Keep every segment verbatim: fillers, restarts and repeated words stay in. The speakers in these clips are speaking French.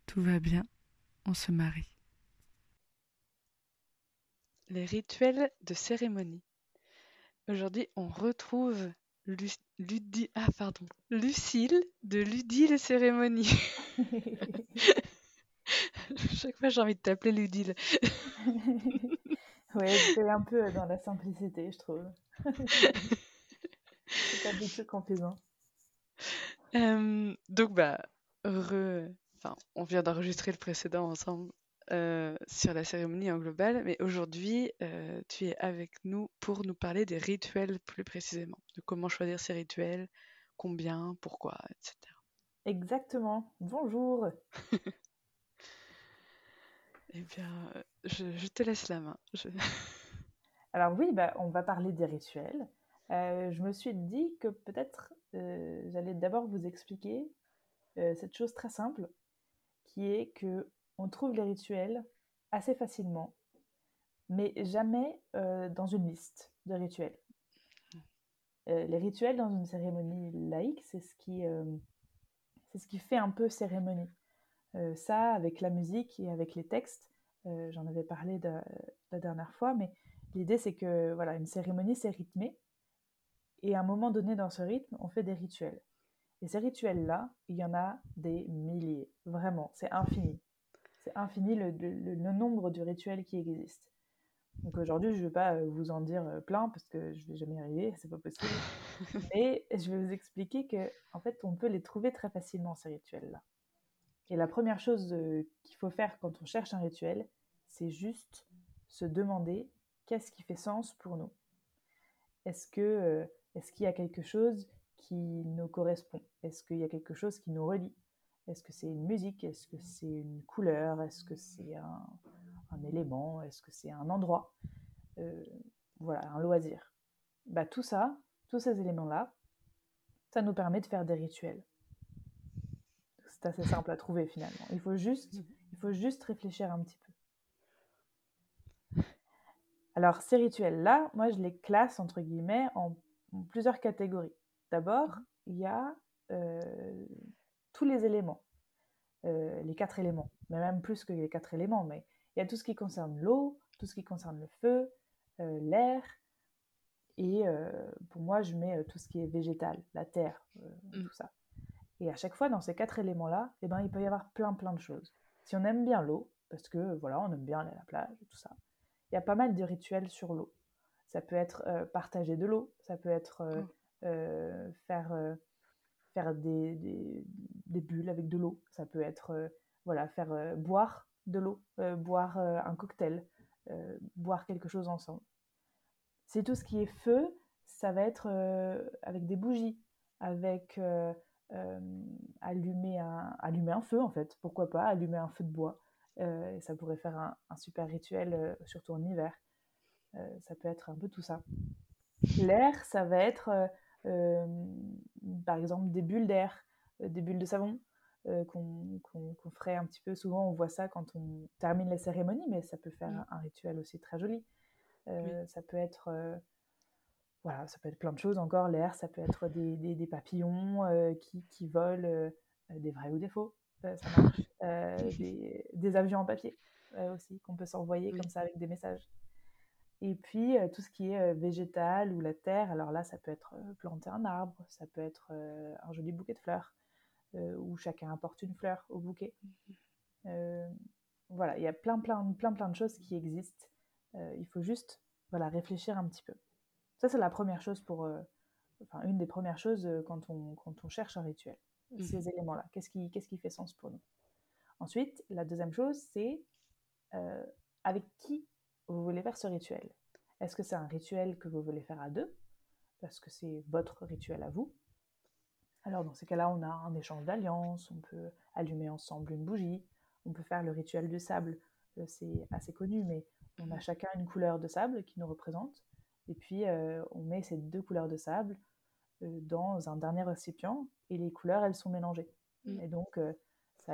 Tout va bien, on se marie. Les rituels de cérémonie. Aujourd'hui, on retrouve Lu- Ludi- ah, pardon, Lucille de Ludile Cérémonie. Chaque fois, j'ai envie de t'appeler Ludile. Ouais, c'est un peu dans la simplicité, je trouve. C'est pas du tout confusant. Euh, donc, bah, re- enfin, on vient d'enregistrer le précédent ensemble euh, sur la cérémonie en global, mais aujourd'hui, euh, tu es avec nous pour nous parler des rituels plus précisément, de comment choisir ces rituels, combien, pourquoi, et cetera. Exactement. Bonjour. Eh bien, euh, je, je te laisse la main. Je- Alors oui, bah, on va parler des rituels. Euh, je me suis dit que peut-être euh, j'allais d'abord vous expliquer euh, cette chose très simple, qui est que on trouve les rituels assez facilement, mais jamais euh, dans une liste de rituels. Euh, les rituels dans une cérémonie laïque, c'est ce qui, euh, c'est ce qui fait un peu cérémonie. Euh, ça, avec la musique et avec les textes, euh, j'en avais parlé de, la dernière fois, mais l'idée c'est que voilà, une cérémonie c'est rythmé, et à un moment donné dans ce rythme, on fait des rituels. Et ces rituels-là, il y en a des milliers, vraiment, c'est infini. C'est infini le, le, le nombre de rituels qui existent. Donc aujourd'hui, je ne vais pas vous en dire plein parce que je ne vais jamais y arriver, c'est pas possible. Mais je vais vous expliquer que, en fait, on peut les trouver très facilement ces rituels-là. Et la première chose euh, qu'il faut faire quand on cherche un rituel, c'est juste se demander qu'est-ce qui fait sens pour nous. Est-ce que, euh, est-ce qu'il y a quelque chose qui nous correspond? Est-ce qu'il y a quelque chose qui nous relie? Est-ce que c'est une musique? Est-ce que c'est une couleur? Est-ce que c'est un, un élément? Est-ce que c'est un endroit? Euh, Voilà, un loisir. Bah, tout ça, tous ces éléments-là, ça nous permet de faire des rituels. C'est assez simple à trouver finalement. Il faut juste, il faut juste réfléchir un petit peu. Alors, ces rituels-là, moi, je les classe, entre guillemets, en, en plusieurs catégories. D'abord, il y a euh, tous les éléments, euh, les quatre éléments, mais même plus que les quatre éléments, mais il y a tout ce qui concerne l'eau, tout ce qui concerne le feu, euh, l'air, et euh, pour moi, je mets euh, tout ce qui est végétal, la terre, euh, Mm. tout ça. Et à chaque fois, dans ces quatre éléments-là, eh ben, il peut y avoir plein, plein de choses. Si on aime bien l'eau, parce que voilà, on aime bien aller à la plage, tout ça, il y a pas mal de rituels sur l'eau. Ça peut être euh, partager de l'eau, ça peut être euh, Oh. euh, faire, euh, faire des, des, des bulles avec de l'eau, ça peut être euh, voilà, faire euh, boire de l'eau, euh, boire euh, un cocktail, euh, boire quelque chose ensemble. C'est tout ce qui est feu, ça va être euh, avec des bougies, avec euh, euh, allumer, un, allumer un feu en fait, pourquoi pas, allumer un feu de bois. Euh, et ça pourrait faire un, un super rituel, euh, surtout en hiver. Euh, ça peut être un peu tout ça. L'air, ça va être euh, euh, par exemple des bulles d'air, euh, des bulles de savon euh, qu'on qu'on- qu'on ferait un petit peu. Souvent, on voit ça quand on termine les cérémonies, mais ça peut faire Mm. un rituel aussi très joli. Oui. Euh, ça peut être euh, voilà, ça peut être plein de choses encore. L'air, ça peut être des, des, des papillons euh, qui, qui volent, euh, des vrais ou des faux, euh, ça marche. Euh, des, des avions en papier euh, aussi, qu'on peut s'envoyer Oui. comme ça avec des messages. Et puis euh, tout ce qui est euh, végétal ou la terre, alors là, ça peut être euh, planter un arbre, ça peut être euh, un joli bouquet de fleurs, euh, où chacun apporte une fleur au bouquet. Euh, voilà, il y a plein, plein, plein, plein de choses qui existent. Euh, il faut juste voilà, réfléchir un petit peu. Ça, c'est la première chose pour, euh, enfin, une des premières choses euh, quand on, quand on cherche un rituel. Mhm. Ces éléments-là, qu'est-ce qui, qu'est-ce qui fait sens pour nous? Ensuite, la deuxième chose, c'est euh, avec qui vous voulez faire ce rituel. Est-ce que c'est un rituel que vous voulez faire à deux, parce que c'est votre rituel à vous? Alors dans ces cas-là, on a un échange d'alliances, on peut allumer ensemble une bougie, on peut faire le rituel du sable, euh, c'est assez connu, mais on a chacun une couleur de sable qui nous représente, et puis euh, on met ces deux couleurs de sable euh, dans un dernier récipient, et les couleurs, elles sont mélangées. Mm. Et donc, euh, ça,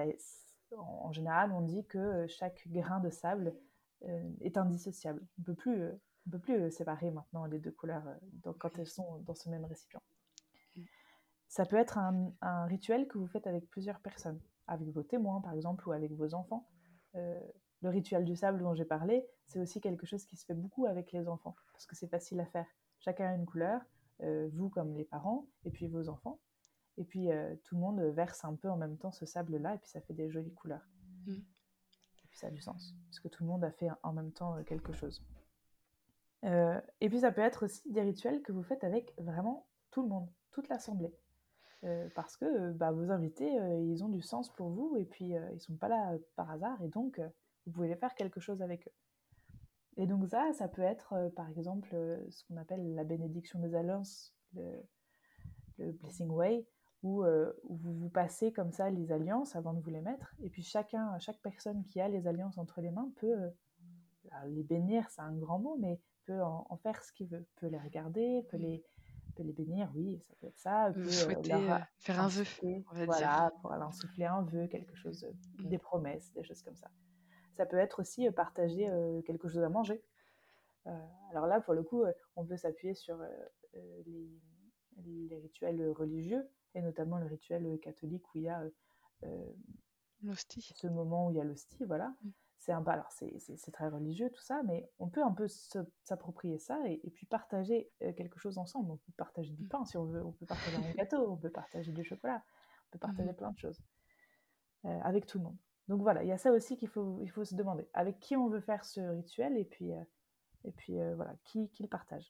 en général, on dit que chaque grain de sable euh, est indissociable. On ne peut plus, euh, on peut plus euh, séparer maintenant les deux couleurs euh, donc, quand elles sont dans ce même récipient. Mm. Ça peut être un, un rituel que vous faites avec plusieurs personnes. avec vos témoins, par exemple, ou avec vos enfants. Euh, le rituel du sable dont j'ai parlé, c'est aussi quelque chose qui se fait beaucoup avec les enfants, parce que c'est facile à faire. Chacun a une couleur, euh, vous comme les parents, et puis vos enfants. Et puis euh, tout le monde verse un peu en même temps ce sable-là, et puis ça fait des jolies couleurs. Mm. Et puis ça a du sens, parce que tout le monde a fait en même temps quelque chose. Euh, et puis ça peut être aussi des rituels que vous faites avec vraiment tout le monde, toute l'assemblée. Euh, parce que bah, vos invités, euh, ils ont du sens pour vous, et puis euh, ils ne sont pas là euh, par hasard, et donc euh, vous pouvez faire quelque chose avec eux. Et donc ça, ça peut être euh, par exemple euh, ce qu'on appelle la bénédiction des alliances, le, le Blessing Way, où, euh, où vous vous passez comme ça les alliances avant de vous les mettre, et puis chacun, chaque personne qui a les alliances entre les mains peut euh, les bénir, c'est un grand mot, mais peut en, en faire ce qu'il veut, peut les regarder, peut les, peut les bénir, oui, ça peut être ça, peut souhaiter euh, leur faire un vœu, on va voilà, dire. pour leur souffler un vœu, quelque chose, mm. des promesses, des choses comme ça. Ça peut être aussi partager euh, quelque chose à manger. Euh, alors là, pour le coup, on peut s'appuyer sur euh, les, les rituels religieux, et notamment le rituel catholique où il y a euh, l'hostie. Ce moment où il y a l'hostie, voilà. Mm. C'est un, alors c'est, c'est, c'est très religieux tout ça, mais on peut un peu se, s'approprier ça et, et puis partager euh, quelque chose ensemble. On peut partager du pain si on veut, on peut partager un gâteau, on peut partager du chocolat, on peut partager mm. plein de choses euh, avec tout le monde. Donc voilà, il y a ça aussi qu'il faut, il faut se demander. Avec qui on veut faire ce rituel et puis, euh, et puis euh, voilà, qui, qui le partage.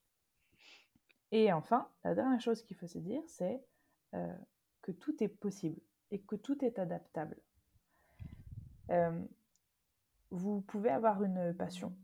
Et enfin, la dernière chose qu'il faut se dire, c'est euh, que tout est possible et que tout est adaptable. Euh, vous pouvez avoir une passion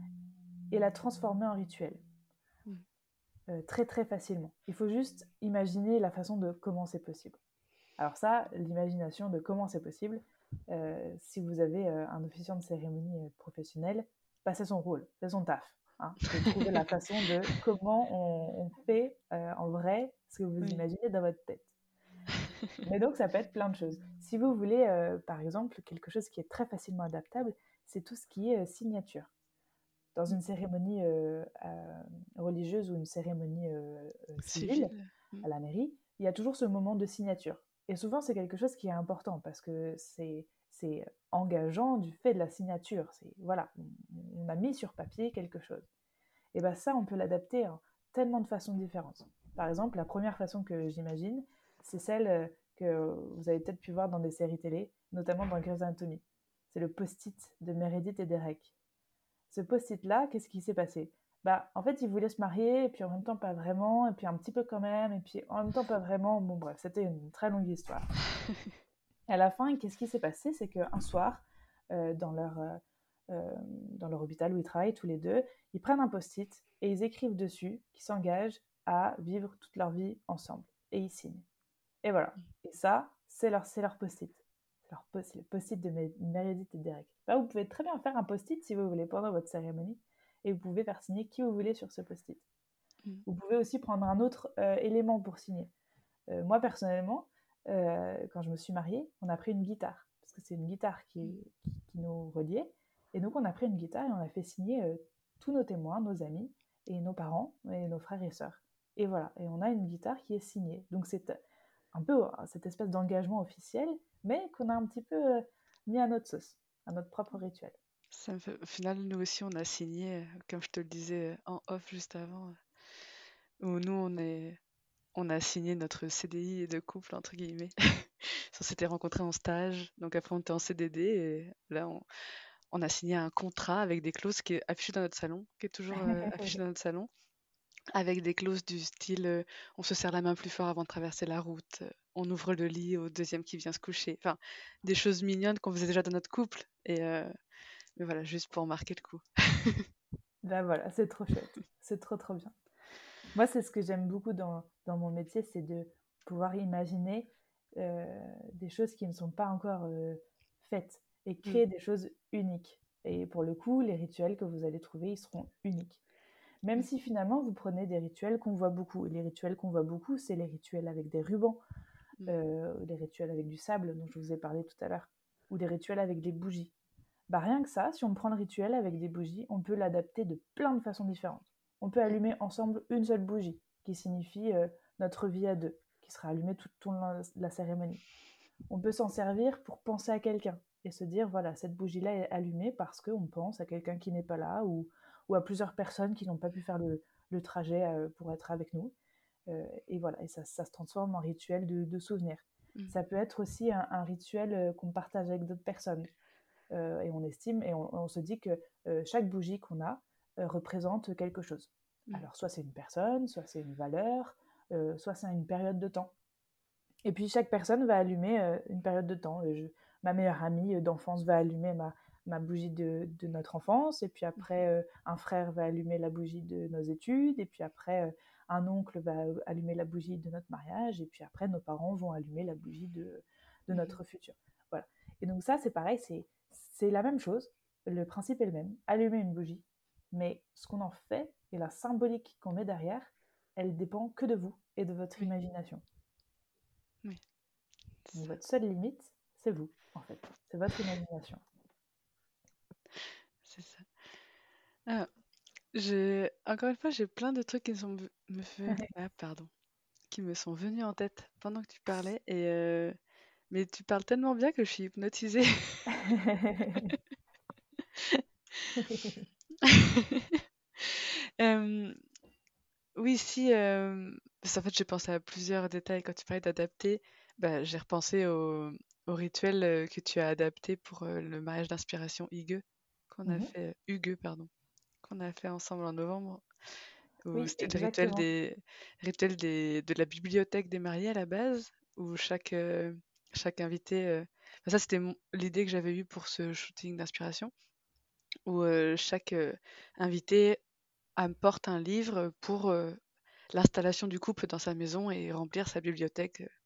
et la transformer en rituel mmh. euh, très très facilement. Il faut juste imaginer la façon de comment c'est possible. Alors ça, l'imagination de comment c'est possible, euh, si vous avez euh, un officiant de cérémonie euh, professionnel, bah, c'est son rôle, c'est son taf. Hein, de trouver la façon de comment on, on fait euh, en vrai ce que vous oui. imaginez dans votre tête. Mais donc ça peut être plein de choses. Si vous voulez, euh, par exemple, quelque chose qui est très facilement adaptable, c'est tout ce qui est euh, signature. Dans une cérémonie euh, euh, religieuse ou une cérémonie euh, civile, civile, à la mairie, il y a toujours ce moment de signature. Et souvent, c'est quelque chose qui est important parce que c'est, c'est engageant du fait de la signature. C'est, voilà, on, on a mis sur papier quelque chose. Et bien ça, on peut l'adapter en tellement de façons différentes. Par exemple, la première façon que j'imagine, c'est celle que vous avez peut-être pu voir dans des séries télé, notamment dans Grey's Anatomy. C'est le post-it de Meredith et Derek. Ce post-it-là, qu'est-ce qui s'est passé ? Bah, en fait, ils voulaient se marier, et puis en même temps pas vraiment, et puis un petit peu quand même, et puis en même temps pas vraiment. Bon, bref, c'était une très longue histoire. À la fin, qu'est-ce qui s'est passé ? C'est qu'un soir, euh, dans, leur, euh, dans leur hôpital où ils travaillent tous les deux, ils prennent un post-it et ils écrivent dessus qu'ils s'engagent à vivre toute leur vie ensemble. Et ils signent. Et voilà. Et ça, c'est leur, c'est leur post-it. C'est, leur post- c'est le post-it de Meredith et Derek. Là, vous pouvez très bien faire un post-it si vous voulez pendant votre cérémonie. Et vous pouvez faire signer qui vous voulez sur ce post-it. Mm. Vous pouvez aussi prendre un autre euh, élément pour signer. Euh, moi, personnellement, euh, quand je me suis mariée, on a pris une guitare. Parce que c'est une guitare qui, qui, qui nous reliait. Et donc, on a pris une guitare et on a fait signer euh, tous nos témoins, nos amis, et nos parents, et nos frères et sœurs. Et voilà. Et on a une guitare qui est signée. Donc, c'est un peu cette espèce d'engagement officiel, mais qu'on a un petit peu euh, mis à notre sauce, à notre propre rituel. Ça me fait... Au final, nous aussi, on a signé, comme je te le disais en off juste avant, où nous, on, est... on a signé notre C D I de couple, entre guillemets. On s'était rencontrés en stage, donc après on était en C D D, et là, on, on a signé un contrat avec des clauses qui est affiché dans notre salon, qui est toujours euh, affiché dans notre salon, avec des clauses du style euh, on se serre la main plus fort avant de traverser la route, euh, on ouvre le lit au deuxième qui vient se coucher, enfin des choses mignonnes qu'on faisait déjà dans notre couple, et euh, mais voilà, juste pour marquer le coup. Ben voilà, c'est trop chouette, c'est trop trop bien. Moi, c'est ce que j'aime beaucoup dans, dans mon métier, c'est de pouvoir imaginer euh, des choses qui ne sont pas encore euh, faites et créer mmh. des choses uniques. Et pour le coup, les rituels que vous allez trouver, ils seront uniques. Même mmh. si finalement, vous prenez des rituels qu'on voit beaucoup. Et les rituels qu'on voit beaucoup, c'est les rituels avec des rubans, mmh. euh, les rituels avec du sable, dont je vous ai parlé tout à l'heure, ou des rituels avec des bougies. Bah, rien que ça, si on prend le rituel avec des bougies, on peut l'adapter de plein de façons différentes. On peut allumer ensemble une seule bougie, qui signifie euh, notre vie à deux, qui sera allumée tout au long de la cérémonie. On peut s'en servir pour penser à quelqu'un et se dire, voilà, cette bougie-là est allumée parce qu'on pense à quelqu'un qui n'est pas là ou, ou à plusieurs personnes qui n'ont pas pu faire le, le trajet euh, pour être avec nous. Euh, et voilà, et ça, ça se transforme en rituel de, de souvenir. Mm. Ça peut être aussi un, un rituel euh, qu'on partage avec d'autres personnes. Euh, et on estime, et on, on se dit que euh, chaque bougie qu'on a euh, représente quelque chose. Mm. Alors, soit c'est une personne, soit c'est une valeur, euh, soit c'est une période de temps. Et puis, chaque personne va allumer euh, une période de temps. Euh, Je, ma meilleure amie euh, d'enfance va allumer ma, ma bougie de, de notre enfance, et puis après, euh, un frère va allumer la bougie de nos études, et puis après, euh, un oncle va allumer la bougie de notre mariage, et puis après, nos parents vont allumer la bougie de, de Mhm. notre futur. Voilà. Et donc ça, c'est pareil, c'est, c'est la même chose. Le principe est le même. Allumer une bougie. Mais ce qu'on en fait et la symbolique qu'on met derrière, elle dépend que de vous et de votre Oui, imagination. oui, Donc ça, votre seule limite, c'est vous, en fait. C'est votre imagination. c'est ça. Ah, j'ai, encore une fois, j'ai plein de trucs qui me sont ve- me ven- ah, pardon, qui me sont venus en tête pendant que tu parlais. Et euh, mais tu parles tellement bien que je suis hypnotisée. Euh, oui, si. Euh, parce qu'en fait, j'ai pensé à plusieurs détails quand tu parlais d'adapter. Bah, j'ai repensé au, au rituel euh, que tu as adapté pour euh, le mariage d'inspiration Hugues qu'on a Mhm. fait, Hugues, pardon, qu'on a fait ensemble en novembre. Où Oui, c'était le rituel exactement. des rituel des de la bibliothèque des mariés à la base, où chaque euh, chaque invité. euh, enfin, ça, c'était mon- l'idée que j'avais eue pour ce shooting d'inspiration, où euh, chaque euh, invité apporte un livre pour euh, l'installation du couple dans sa maison et remplir sa bibliothèque euh,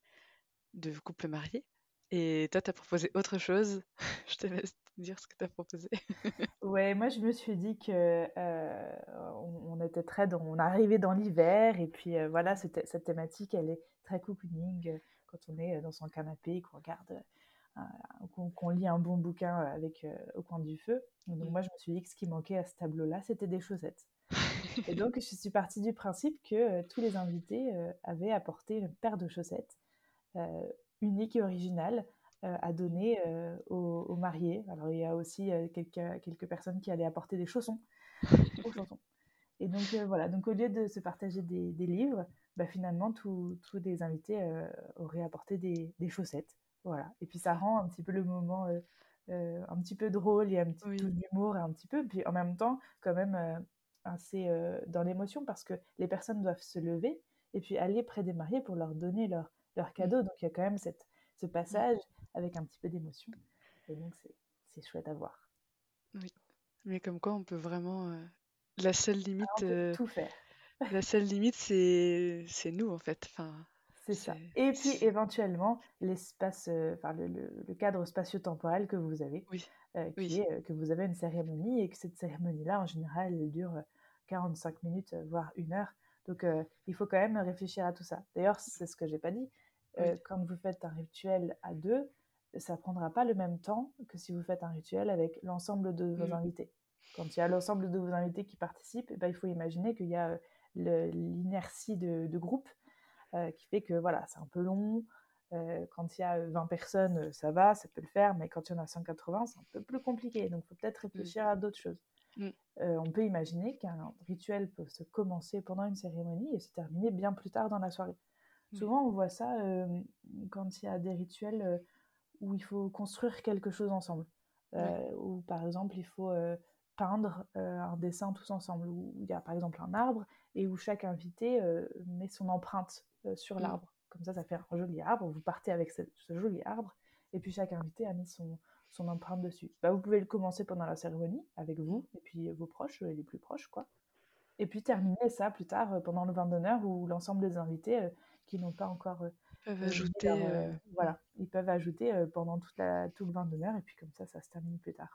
de couple marié. Et toi, t'as proposé autre chose. Je te laisse dire ce que t'as proposé. Ouais, moi je me suis dit que euh, on, on était très dans, on arrivait dans l'hiver et puis euh, voilà, cette, cette thématique elle est très cocooning euh, quand on est euh, dans son canapé, qu'on regarde, euh, qu'on qu'on lit un bon bouquin euh, avec euh, au coin du feu. Donc Mm. moi je me suis dit que ce qui manquait à ce tableau-là, c'était des chaussettes. Et donc je suis partie du principe que euh, tous les invités euh, avaient apporté une paire de chaussettes euh, unique et originale euh, à donner euh, aux, aux mariés. Alors il y a aussi euh, quelques, quelques personnes qui allaient apporter des chaussons aux chansons. Et donc euh, voilà, donc au lieu de se partager des, des livres, bah, finalement tous les invités euh, auraient apporté des, des chaussettes. Voilà. Et puis ça rend un petit peu le moment euh, euh, un petit peu drôle et un petit touche Oui. d'humour et un petit peu, puis en même temps quand même euh, assez euh, dans l'émotion parce que les personnes doivent se lever et puis aller près des mariés pour leur donner leur, leur Mm. cadeau. Donc il y a quand même cette, ce Mm. passage avec un petit peu d'émotion. Et donc c'est, c'est chouette à voir. Oui. Mais comme quoi, on peut vraiment. euh, La seule Alors, limite, on peut euh, tout faire. la seule limite, c'est c'est nous en fait. Enfin, C'est ça. c'est Et puis c'est- éventuellement l'espace, euh, enfin le, le- le cadre spatio-temporel que vous avez, oui, euh, qui oui, est euh, que vous avez une cérémonie et que cette cérémonie-là, en général, elle dure euh, quarante-cinq minutes, euh, voire une heure. Donc euh, il faut quand même réfléchir à tout ça. D'ailleurs, c'est ce que j'ai pas dit. oui, Euh, quand vous faites un rituel à deux, ça prendra pas le même temps que si vous faites un rituel avec l'ensemble de vos mm, invités. Quand il y a l'ensemble de vos invités qui participent, eh ben, il faut imaginer qu'il y a euh, le- l'inertie de, de groupe euh, qui fait que voilà, c'est un peu long. Euh, quand il y a vingt personnes, euh, ça va, ça peut le faire, mais quand il y en a cent quatre-vingts, c'est un peu plus compliqué. Donc, il faut peut-être mm, réfléchir à d'autres choses. mm, Euh, on peut imaginer qu'un rituel peut se commencer pendant une cérémonie et se terminer bien plus tard dans la soirée. oui, Souvent, on voit ça euh, quand il y a des rituels euh, où il faut construire quelque chose ensemble. oui, Euh, ou par exemple, il faut euh, peindre euh, un dessin tous ensemble. Où il y a par exemple un arbre et où chaque invité euh, met son empreinte euh, sur mm, l'arbre. Comme ça, ça fait un joli arbre. Vous partez avec ce, ce joli arbre et puis chaque invité a mis son, son empreinte dessus. Bah, vous pouvez le commencer pendant la cérémonie avec mm, vous et puis vos proches, euh, les plus proches, quoi. Et puis terminer ça plus tard euh, pendant le vin d'honneur où l'ensemble des invités euh, qui n'ont pas encore euh, peuvent euh, mis leur, ajouter euh, euh, mm, voilà, ils peuvent ajouter euh, pendant toute la, tout le vin d'honneur et puis comme ça, ça se termine plus tard.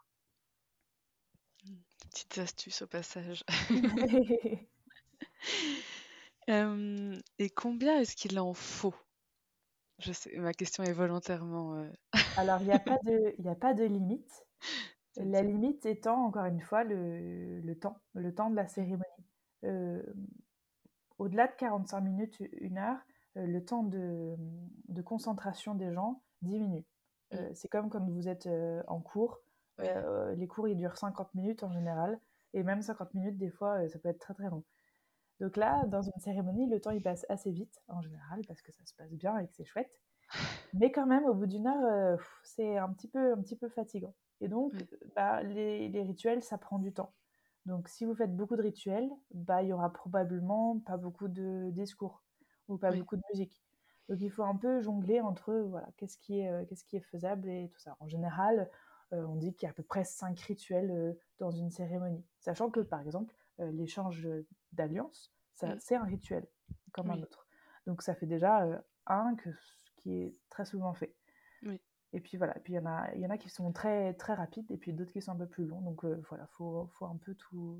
petites astuces au passage. Euh, et combien est-ce qu'il en faut? Je sais, ma question est volontairement. euh, Alors, il n'y a pas de, il y a pas de limite. La c'est-à-dire- limite étant, encore une fois, le, le temps, le temps de la oui, cérémonie. Euh, Au-delà de quarante-cinq minutes, une heure, euh, le temps de, de concentration des gens diminue. Mm. Euh, c'est comme quand vous êtes euh, en cours. Oui. Euh, les cours, ils durent cinquante minutes en général. Et même cinquante minutes, des fois, euh, ça peut être très très long. Donc là, dans une cérémonie, le temps, il passe assez vite, en général, parce que ça se passe bien et que c'est chouette. Mais quand même, au bout d'une heure, euh, pff, c'est un petit peu, un petit peu fatigant. Et donc, Oui. bah, les, les rituels, ça prend du temps. Donc, si vous faites beaucoup de rituels, bah, il y aura probablement pas beaucoup de discours ou pas Oui. beaucoup de musique. Donc, il faut un peu jongler entre voilà, qu'est-ce qui est, euh, qu'est-ce qui est faisable et tout ça. En général, euh, on dit qu'il y a à peu près cinq rituels euh, dans une cérémonie. Sachant que, par exemple, euh, l'échange d'alliance, ça, Mm. c'est un rituel, comme un Oui. autre. Donc, ça fait déjà euh, un que, qui est très souvent fait. Oui. Et puis voilà, et puis il y en a, il y en a qui sont très, très rapides et puis d'autres qui sont un peu plus longs. Donc euh, voilà, il faut, faut un peu tout,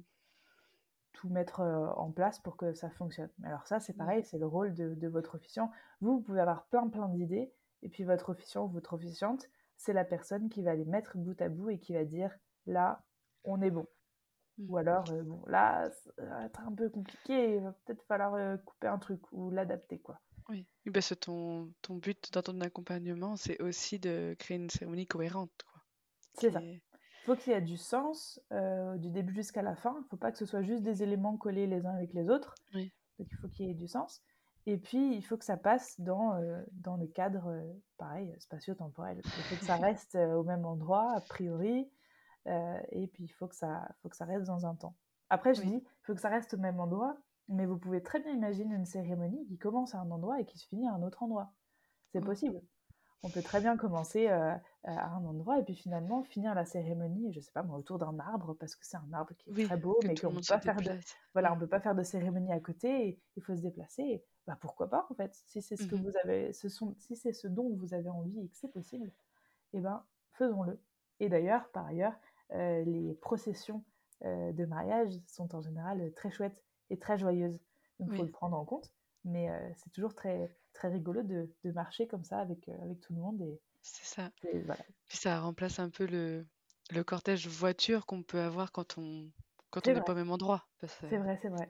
tout mettre euh, en place pour que ça fonctionne. Mais alors ça, c'est Oui. pareil, c'est le rôle de, de votre officiant. Vous, vous pouvez avoir plein, plein d'idées, et puis votre officiant ou votre officiante, c'est la personne qui va les mettre bout à bout et qui va dire, là, on est bon. Mm. Ou alors, euh, bon, là, ça va être un peu compliqué, il va peut-être falloir euh, couper un truc ou l'adapter, quoi. Oui. Et ben, c'est ton, ton but dans ton accompagnement, c'est aussi de créer une cérémonie cohérente, quoi. C'est Qui ça. est... Il faut qu'il y ait du sens euh, du début jusqu'à la fin. Il ne faut pas que ce soit juste des éléments collés les uns avec les autres. Oui. Donc il faut qu'il y ait du sens. Et puis il faut que ça passe dans, euh, dans le cadre, euh, pareil, spatio-temporel. Il faut que ça reste euh, au même endroit, a priori. Euh, et puis il faut que, ça, faut que ça reste dans un temps. Après, je Oui. dis, il faut que ça reste au même endroit. Mais vous pouvez très bien imaginer une cérémonie qui commence à un endroit et qui se finit à un autre endroit. C'est Oh. possible. On peut très bien commencer euh, à un endroit et puis finalement finir la cérémonie, je sais pas moi, autour d'un arbre parce que c'est un arbre qui est Oui, très beau, que mais tout le qu'on peut monde se pas faire de, déplace. voilà, Oui. on peut pas faire de cérémonie à côté. Et il faut se déplacer. Et, bah pourquoi pas en fait, si c'est ce que Mhm. vous avez, ce sont, si c'est ce dont vous avez envie et que c'est possible, eh ben faisons-le. Et d'ailleurs, par ailleurs, euh, les processions euh, de mariage sont en général très chouettes et très joyeuses. Donc il faut Oui, le prendre en compte. Mais euh, c'est toujours très, très rigolo de, de marcher comme ça avec, euh, avec tout le monde. Et, c'est ça. et voilà. Puis ça remplace un peu le, le cortège voiture qu'on peut avoir quand on quand on C'est n'est pas vrai, au même endroit. Parce, que- c'est vrai, c'est vrai.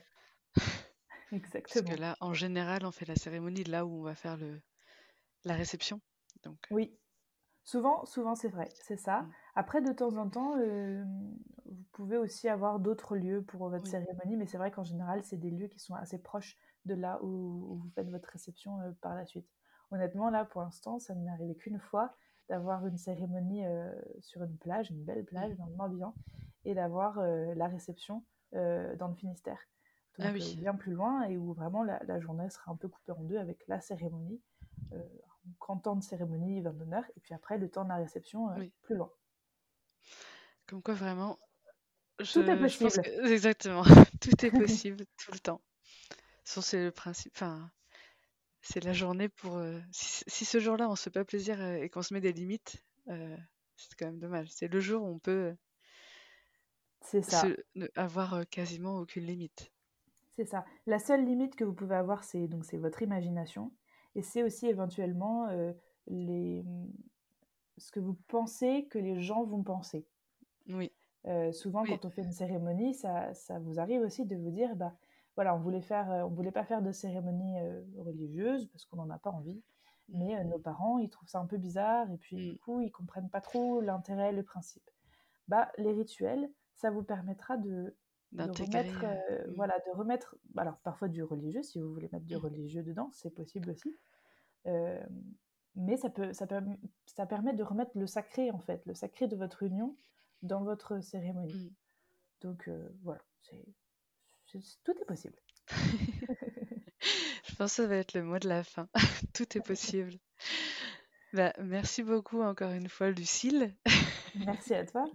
parce que Exactement. là, en général, on fait la cérémonie là où on va faire le, la réception. Donc, Oui, souvent, souvent c'est vrai, c'est ça. mm, Après, de temps en temps, euh, vous pouvez aussi avoir d'autres lieux pour votre oui, cérémonie, mais c'est vrai qu'en général, c'est des lieux qui sont assez proches de là où, où vous faites votre réception euh, par la suite. Honnêtement, là, pour l'instant, ça ne m'est arrivé qu'une fois d'avoir une cérémonie euh, sur une plage, une belle mm. plage dans le Morbihan, et d'avoir euh, la réception euh, dans le Finistère. Ah Donc euh, oui, bien plus loin, et où vraiment la, la journée sera un peu coupée en deux avec la cérémonie, euh, un grand temps de cérémonie, vingt d'honneur, et puis après le temps de la réception euh, oui. plus loin. Comme quoi, vraiment, Tout est je, je pense possible. que exactement, tout est possible tout le temps. Sur c'est le principe. Enfin, c'est la journée pour. euh, si, si ce jour-là, on se fait pas plaisir euh, et qu'on se met des limites, euh, c'est quand même dommage. C'est le jour où on peut C'est ça, se, ne- avoir euh, quasiment aucune limite. c'est ça. La seule limite que vous pouvez avoir, c'est donc c'est votre imagination, et c'est aussi éventuellement euh, les, ce que vous pensez que les gens vont penser. Oui, Euh, souvent, oui, quand on fait une cérémonie, ça, ça vous arrive aussi de vous dire, bah, voilà, on voulait faire, euh, on voulait pas faire de cérémonie euh, religieuse parce qu'on n'en a pas envie, mm, mais euh, nos parents, ils trouvent ça un peu bizarre et puis du mm, coup, ils comprennent pas trop l'intérêt, le principe. Bah, les rituels, ça vous permettra de, de remettre, d'intégrer. euh, euh, mm, voilà, de remettre, alors parfois du religieux, si vous voulez mettre du mm. religieux dedans, c'est possible aussi. Euh, mais ça, peut, ça, perm- ça permet de remettre le sacré, en fait, le sacré de votre union dans votre cérémonie. Mm. Donc euh, voilà, c'est, c'est- tout est possible. Je pense que ça va être le mot de la fin. Tout est possible. Bah, merci beaucoup encore une fois, Lucille. Merci à toi,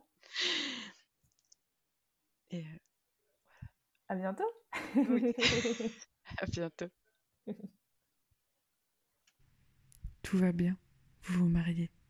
Et euh, à bientôt. oui, à bientôt. Tout va bien. Vous vous mariez.